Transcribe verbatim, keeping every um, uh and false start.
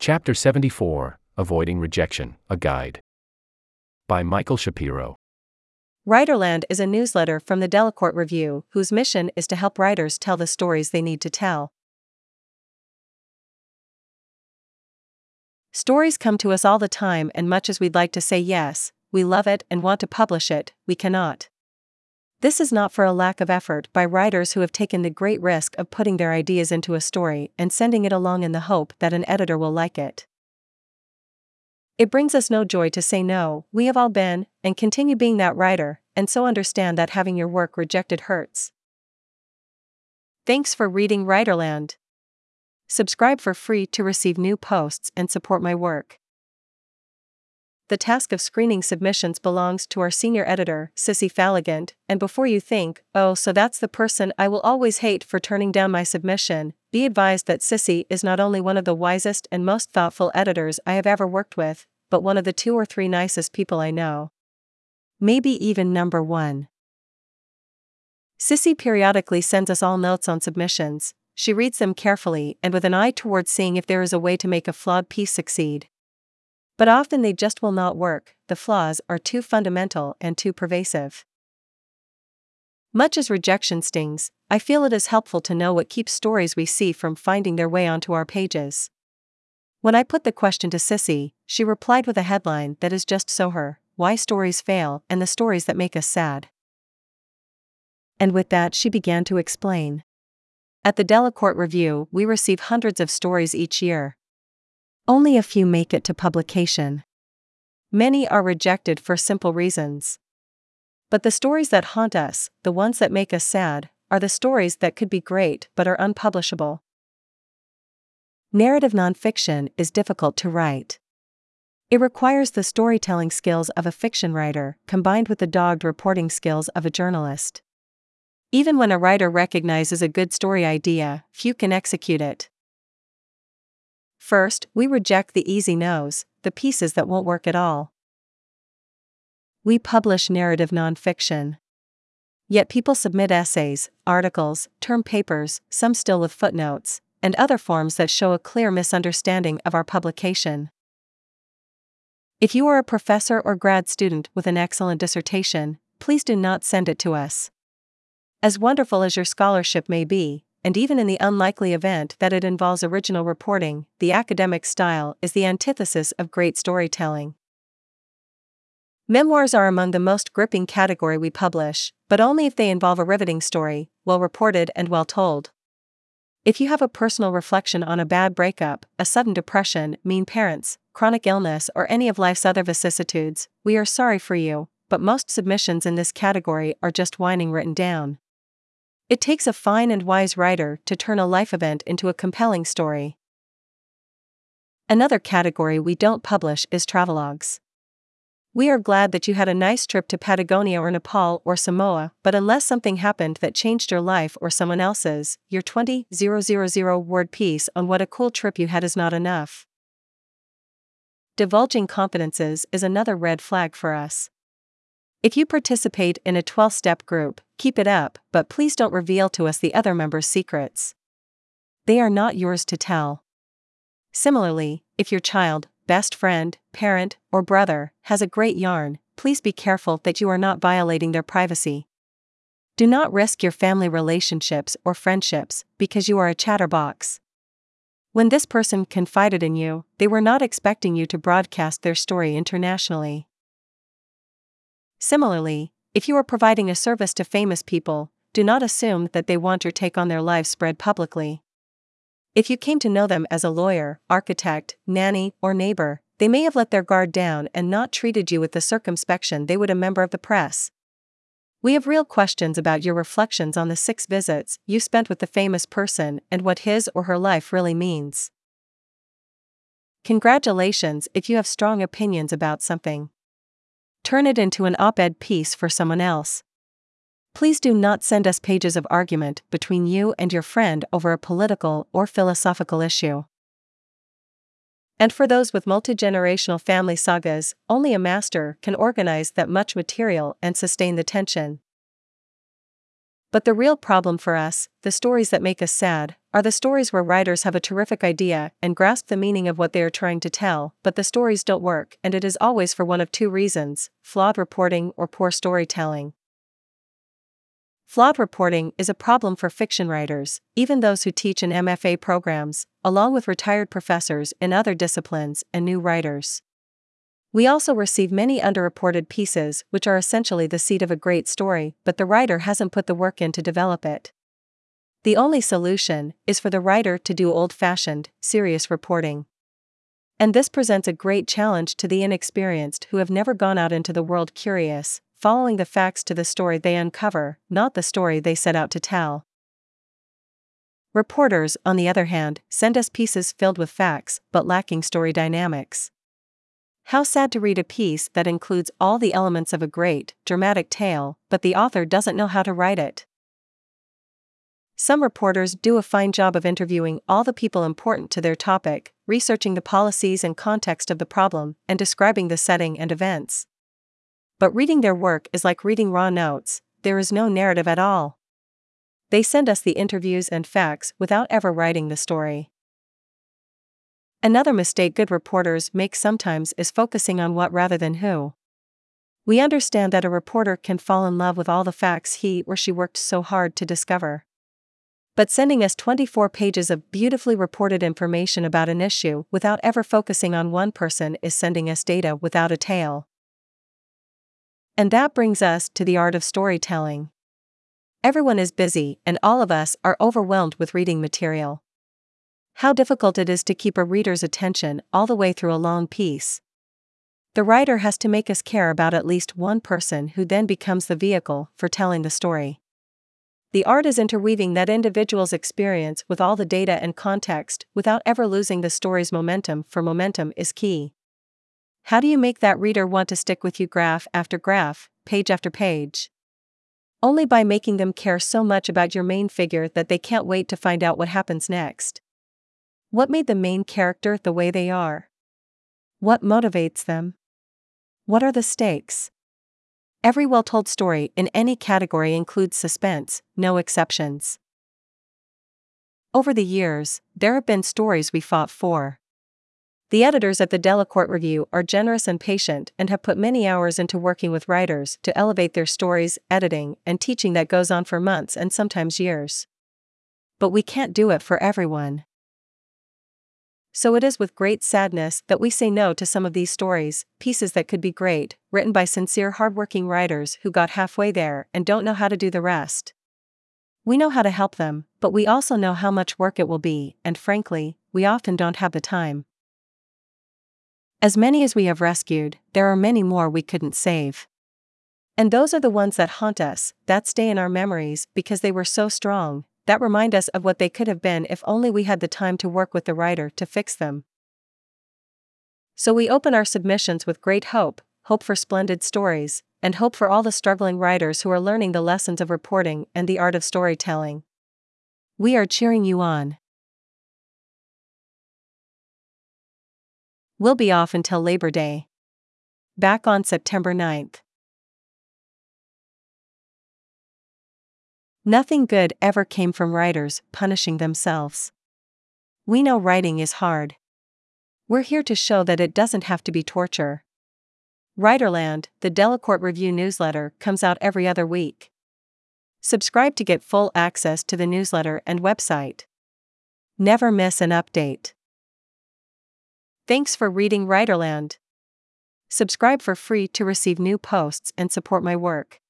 Chapter seventy-four, Avoiding Rejection, A Guide. By Michael Shapiro. Writerland is a newsletter from the Delacorte Review, whose mission is to help writers tell the stories they need to tell. Stories come to us all the time, and much as we'd like to say yes, we love it and want to publish it, we cannot. This is not for a lack of effort by writers who have taken the great risk of putting their ideas into a story and sending it along in the hope that an editor will like it. It brings us no joy to say no. We have all been, and continue being, that writer, and so understand that having your work rejected hurts. Thanks for reading Writerland. Subscribe for free to receive new posts and support my work. The task of screening submissions belongs to our senior editor, Sissy Falligant, and before you think, oh, so that's the person I will always hate for turning down my submission, be advised that Sissy is not only one of the wisest and most thoughtful editors I have ever worked with, but one of the two or three nicest people I know. Maybe even number one. Sissy periodically sends us all notes on submissions. She reads them carefully and with an eye towards seeing if there is a way to make a flawed piece succeed. But often they just will not work. The flaws are too fundamental and too pervasive. Much as rejection stings, I feel it is helpful to know what keeps stories we see from finding their way onto our pages. When I put the question to Sissy, she replied with a headline that is just so her: Why Stories Fail and the Stories That Make Us Sad. And with that she began to explain. At the Delacorte Review, we receive hundreds of stories each year. Only a few make it to publication. Many are rejected for simple reasons. But the stories that haunt us, the ones that make us sad, are the stories that could be great but are unpublishable. Narrative nonfiction is difficult to write. It requires the storytelling skills of a fiction writer combined with the dogged reporting skills of a journalist. Even when a writer recognizes a good story idea, few can execute it. First, we reject the easy no's, the pieces that won't work at all. We publish narrative nonfiction. Yet people submit essays, articles, term papers, some still with footnotes, and other forms that show a clear misunderstanding of our publication. If you are a professor or grad student with an excellent dissertation, please do not send it to us. As wonderful as your scholarship may be, and even in the unlikely event that it involves original reporting, the academic style is the antithesis of great storytelling. Memoirs are among the most gripping category we publish, but only if they involve a riveting story, well reported and well told. If you have a personal reflection on a bad breakup, a sudden depression, mean parents, chronic illness, or any of life's other vicissitudes, we are sorry for you, but most submissions in this category are just whining written down. It takes a fine and wise writer to turn a life event into a compelling story. Another category we don't publish is travelogues. We are glad that you had a nice trip to Patagonia or Nepal or Samoa, but unless something happened that changed your life or someone else's, your twenty thousand word piece on what a cool trip you had is not enough. Divulging confidences is another red flag for us. If you participate in a twelve-step group, keep it up, but please don't reveal to us the other members' secrets. They are not yours to tell. Similarly, if your child, best friend, parent, or brother has a great yarn, please be careful that you are not violating their privacy. Do not risk your family relationships or friendships because you are a chatterbox. When this person confided in you, they were not expecting you to broadcast their story internationally. Similarly, if you are providing a service to famous people, do not assume that they want your take on their lives spread publicly. If you came to know them as a lawyer, architect, nanny, or neighbor, they may have let their guard down and not treated you with the circumspection they would a member of the press. We have real questions about your reflections on the six visits you spent with the famous person and what his or her life really means. Congratulations if you have strong opinions about something. Turn it into an op-ed piece for someone else. Please do not send us pages of argument between you and your friend over a political or philosophical issue. And for those with multi-generational family sagas, only a master can organize that much material and sustain the tension. But the real problem for us, the stories that make us sad, are the stories where writers have a terrific idea and grasp the meaning of what they are trying to tell, but the stories don't work, and it is always for one of two reasons: flawed reporting or poor storytelling. Flawed reporting is a problem for fiction writers, even those who teach in M F A programs, along with retired professors in other disciplines and new writers. We also receive many underreported pieces which are essentially the seed of a great story, but the writer hasn't put the work in to develop it. The only solution is for the writer to do old-fashioned, serious reporting. And this presents a great challenge to the inexperienced who have never gone out into the world curious, following the facts to the story they uncover, not the story they set out to tell. Reporters, on the other hand, send us pieces filled with facts, but lacking story dynamics. How sad to read a piece that includes all the elements of a great, dramatic tale, but the author doesn't know how to write it. Some reporters do a fine job of interviewing all the people important to their topic, researching the policies and context of the problem, and describing the setting and events. But reading their work is like reading raw notes, there is no narrative at all. They send us the interviews and facts without ever writing the story. Another mistake good reporters make sometimes is focusing on what rather than who. We understand that a reporter can fall in love with all the facts he or she worked so hard to discover. But sending us twenty-four pages of beautifully reported information about an issue without ever focusing on one person is sending us data without a tail. And that brings us to the art of storytelling. Everyone is busy, and all of us are overwhelmed with reading material. How difficult it is to keep a reader's attention all the way through a long piece. The writer has to make us care about at least one person who then becomes the vehicle for telling the story. The art is interweaving that individual's experience with all the data and context without ever losing the story's momentum, for momentum is key. How do you make that reader want to stick with you graph after graph, page after page? Only by making them care so much about your main figure that they can't wait to find out what happens next. What made the main character the way they are? What motivates them? What are the stakes? Every well-told story in any category includes suspense, no exceptions. Over the years, there have been stories we fought for. The editors at the Delacorte Review are generous and patient and have put many hours into working with writers to elevate their stories, editing, and teaching that goes on for months and sometimes years. But we can't do it for everyone. So it is with great sadness that we say no to some of these stories, pieces that could be great, written by sincere hardworking writers who got halfway there and don't know how to do the rest. We know how to help them, but we also know how much work it will be, and frankly, we often don't have the time. As many as we have rescued, there are many more we couldn't save. And those are the ones that haunt us, that stay in our memories because they were so strong, that remind us of what they could have been if only we had the time to work with the writer to fix them. So we open our submissions with great hope, hope for splendid stories, and hope for all the struggling writers who are learning the lessons of reporting and the art of storytelling. We are cheering you on. We'll be off until Labor Day. Back on September ninth. Nothing good ever came from writers punishing themselves. We know writing is hard. We're here to show that it doesn't have to be torture. Writerland, the Delacorte Review newsletter, comes out every other week. Subscribe to get full access to the newsletter and website. Never miss an update. Thanks for reading Writerland. Subscribe for free to receive new posts and support my work.